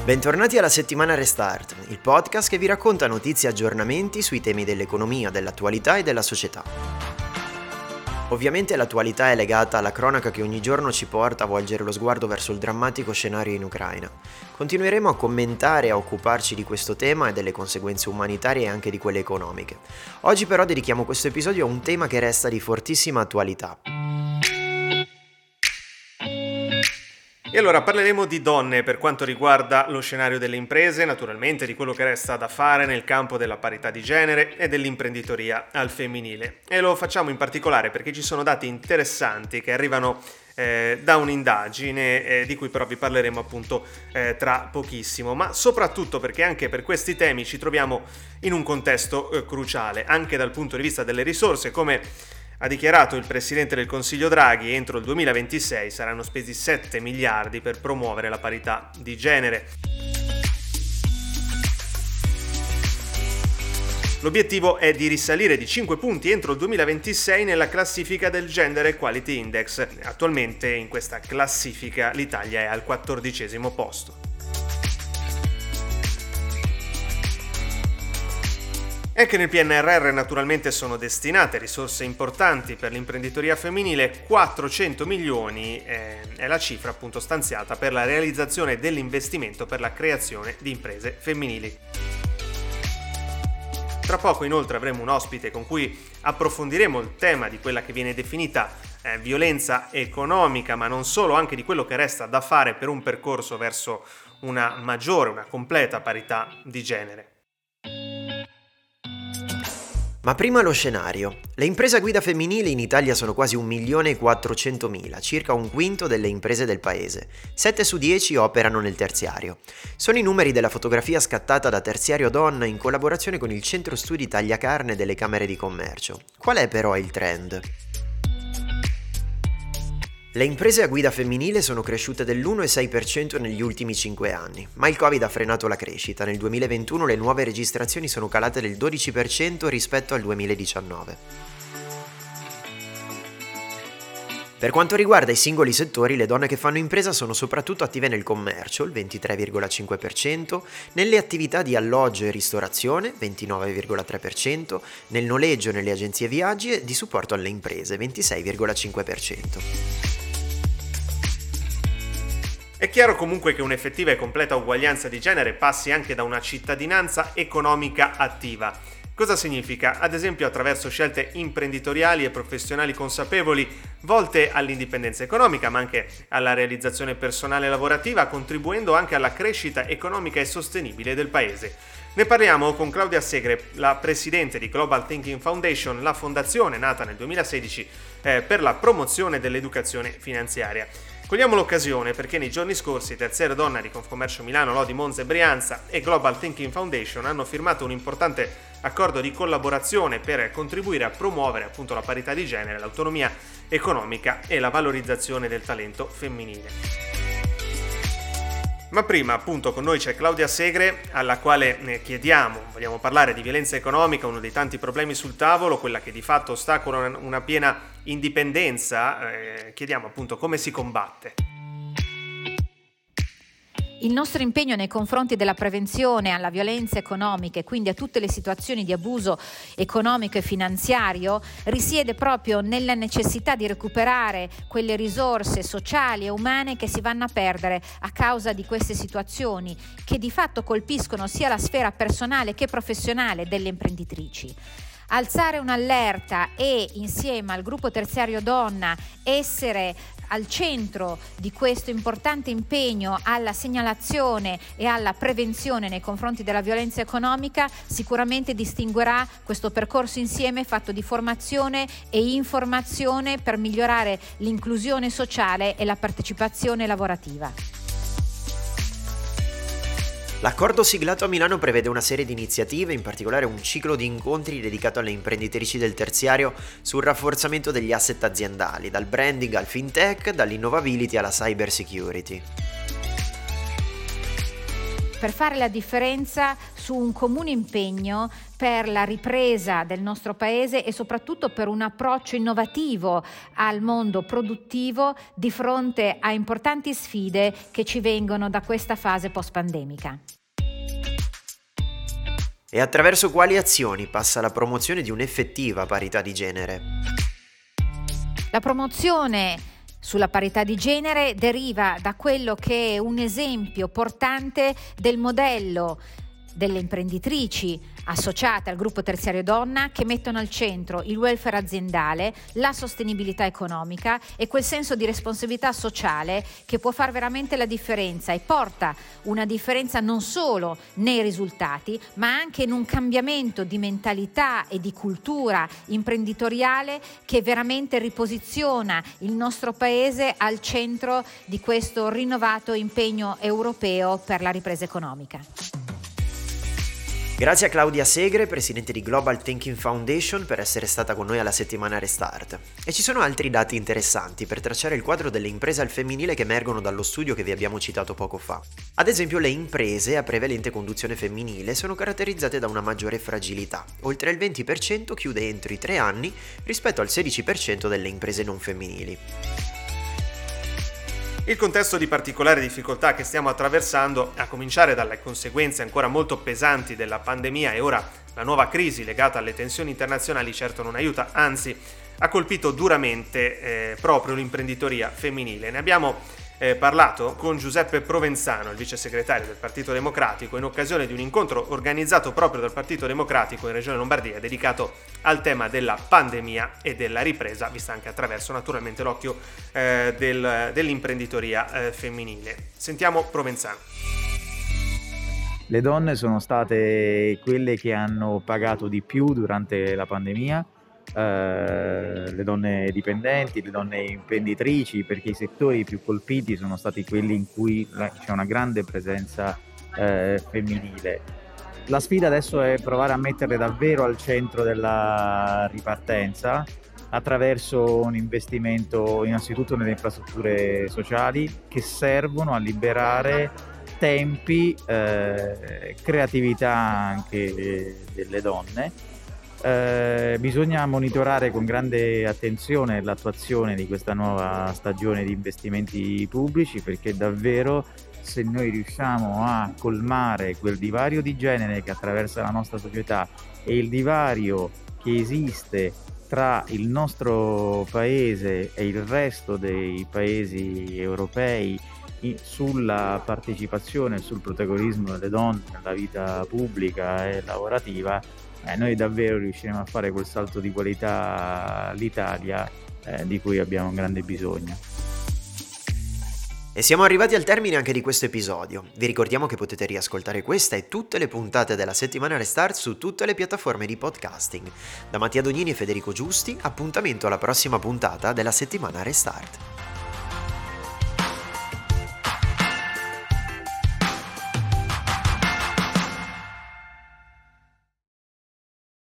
Bentornati alla settimana Restart, il podcast che vi racconta notizie e aggiornamenti sui temi dell'economia, dell'attualità e della società. Ovviamente l'attualità è legata alla cronaca che ogni giorno ci porta a volgere lo sguardo verso il drammatico scenario in Ucraina. Continueremo a commentare e a occuparci di questo tema e delle conseguenze umanitarie e anche di quelle economiche. Oggi però dedichiamo questo episodio a un tema che resta di fortissima attualità. E allora parleremo di donne per quanto riguarda lo scenario delle imprese, naturalmente di quello che resta da fare nel campo della parità di genere e dell'imprenditoria al femminile. E lo facciamo in particolare perché ci sono dati interessanti che arrivano da un'indagine di cui però vi parleremo appunto tra pochissimo, ma soprattutto perché anche per questi temi ci troviamo in un contesto cruciale, anche dal punto di vista delle risorse. Come ha dichiarato il presidente del Consiglio Draghi, entro il 2026 saranno spesi 7 miliardi per promuovere la parità di genere. L'obiettivo è di risalire di 5 punti entro il 2026 nella classifica del Gender Equality Index. Attualmente in questa classifica l'Italia è al 14° posto. Anche nel PNRR naturalmente sono destinate risorse importanti per l'imprenditoria femminile, 400 milioni è la cifra appunto stanziata per la realizzazione dell'investimento per la creazione di imprese femminili. Tra poco inoltre avremo un ospite con cui approfondiremo il tema di quella che viene definita violenza economica, ma non solo, anche di quello che resta da fare per un percorso verso una completa parità di genere. Ma prima lo scenario. Le imprese a guida femminili in Italia sono quasi 1.400.000, circa un quinto delle imprese del paese. 7 su 10 operano nel terziario. Sono i numeri della fotografia scattata da Terziario Donna in collaborazione con il Centro Studi Tagliacarne delle Camere di Commercio. Qual è però il trend? Le imprese a guida femminile sono cresciute dell'1,6% negli ultimi 5 anni, ma il Covid ha frenato la crescita. Nel 2021 le nuove registrazioni sono calate del 12% rispetto al 2019. Per quanto riguarda i singoli settori, le donne che fanno impresa sono soprattutto attive nel commercio, il 23,5%, nelle attività di alloggio e ristorazione, 29,3%, nel noleggio, nelle agenzie viaggi e di supporto alle imprese, 26,5%. È chiaro comunque che un'effettiva e completa uguaglianza di genere passi anche da una cittadinanza economica attiva. Cosa significa? Ad esempio attraverso scelte imprenditoriali e professionali consapevoli volte all'indipendenza economica, ma anche alla realizzazione personale e lavorativa, contribuendo anche alla crescita economica e sostenibile del paese. Ne parliamo con Claudia Segre, la presidente di Global Thinking Foundation, la fondazione nata nel 2016 per la promozione dell'educazione finanziaria. Cogliamo l'occasione perché nei giorni scorsi Terziario Donna di Confcommercio Milano, Lodi, Monza e Brianza e Global Thinking Foundation hanno firmato un importante accordo di collaborazione per contribuire a promuovere appunto la parità di genere, l'autonomia economica e la valorizzazione del talento femminile. Ma prima appunto con noi c'è Claudia Segre, alla quale vogliamo parlare di violenza economica, uno dei tanti problemi sul tavolo, quella che di fatto ostacola una piena indipendenza. Chiediamo appunto come si combatte. Il nostro impegno nei confronti della prevenzione alla violenza economica e quindi a tutte le situazioni di abuso economico e finanziario risiede proprio nella necessità di recuperare quelle risorse sociali e umane che si vanno a perdere a causa di queste situazioni che di fatto colpiscono sia la sfera personale che professionale delle imprenditrici. Alzare un'allerta e insieme al gruppo Terziario Donna essere al centro di questo importante impegno alla segnalazione e alla prevenzione nei confronti della violenza economica sicuramente distinguerà questo percorso insieme fatto di formazione e informazione per migliorare l'inclusione sociale e la partecipazione lavorativa. L'accordo siglato a Milano prevede una serie di iniziative, in particolare un ciclo di incontri dedicato alle imprenditrici del terziario sul rafforzamento degli asset aziendali, dal branding al fintech, dall'innovability alla cyber security. per fare la differenza su un comune impegno per la ripresa del nostro paese e soprattutto per un approccio innovativo al mondo produttivo di fronte a importanti sfide che ci vengono da questa fase post-pandemica. E attraverso quali azioni passa la promozione di un'effettiva parità di genere? La promozione sulla parità di genere deriva da quello che è un esempio portante del modello delle imprenditrici associate al gruppo terziario donna che mettono al centro il welfare aziendale, la sostenibilità economica e quel senso di responsabilità sociale che può far veramente la differenza e porta una differenza non solo nei risultati, ma anche in un cambiamento di mentalità e di cultura imprenditoriale che veramente riposiziona il nostro paese al centro di questo rinnovato impegno europeo per la ripresa economica. Grazie a Claudia Segre, presidente di Global Thinking Foundation, per essere stata con noi alla settimana Restart. E ci sono altri dati interessanti per tracciare il quadro delle imprese al femminile che emergono dallo studio che vi abbiamo citato poco fa. Ad esempio, le imprese a prevalente conduzione femminile sono caratterizzate da una maggiore fragilità. Oltre il 20% chiude entro i 3 anni rispetto al 16% delle imprese non femminili. Il contesto di particolare difficoltà che stiamo attraversando, a cominciare dalle conseguenze ancora molto pesanti della pandemia e ora la nuova crisi legata alle tensioni internazionali, certo non aiuta, anzi ha colpito duramente proprio l'imprenditoria femminile. Ne abbiamo parlato con Giuseppe Provenzano, il vice segretario del Partito Democratico, in occasione di un incontro organizzato proprio dal Partito Democratico in Regione Lombardia dedicato al tema della pandemia e della ripresa, vista anche attraverso naturalmente l'occhio dell'imprenditoria femminile. Sentiamo Provenzano. Le donne sono state quelle che hanno pagato di più durante la pandemia, le donne dipendenti, le donne imprenditrici, perché i settori più colpiti sono stati quelli in cui c'è una grande presenza femminile. La sfida adesso è provare a metterle davvero al centro della ripartenza attraverso un investimento innanzitutto nelle infrastrutture sociali che servono a liberare tempi, creatività anche delle donne. Bisogna monitorare con grande attenzione l'attuazione di questa nuova stagione di investimenti pubblici, perché davvero, se noi riusciamo a colmare quel divario di genere che attraversa la nostra società e il divario che esiste tra il nostro paese e il resto dei paesi europei sulla partecipazione e sul protagonismo delle donne nella vita pubblica e lavorativa, noi davvero riusciremo a fare quel salto di qualità all'Italia di cui abbiamo un grande bisogno. E siamo arrivati al termine anche di questo episodio. Vi ricordiamo che potete riascoltare questa e tutte le puntate della settimana Restart su tutte le piattaforme di podcasting. Da Mattia Dognini e Federico Giusti, appuntamento alla prossima puntata della settimana Restart.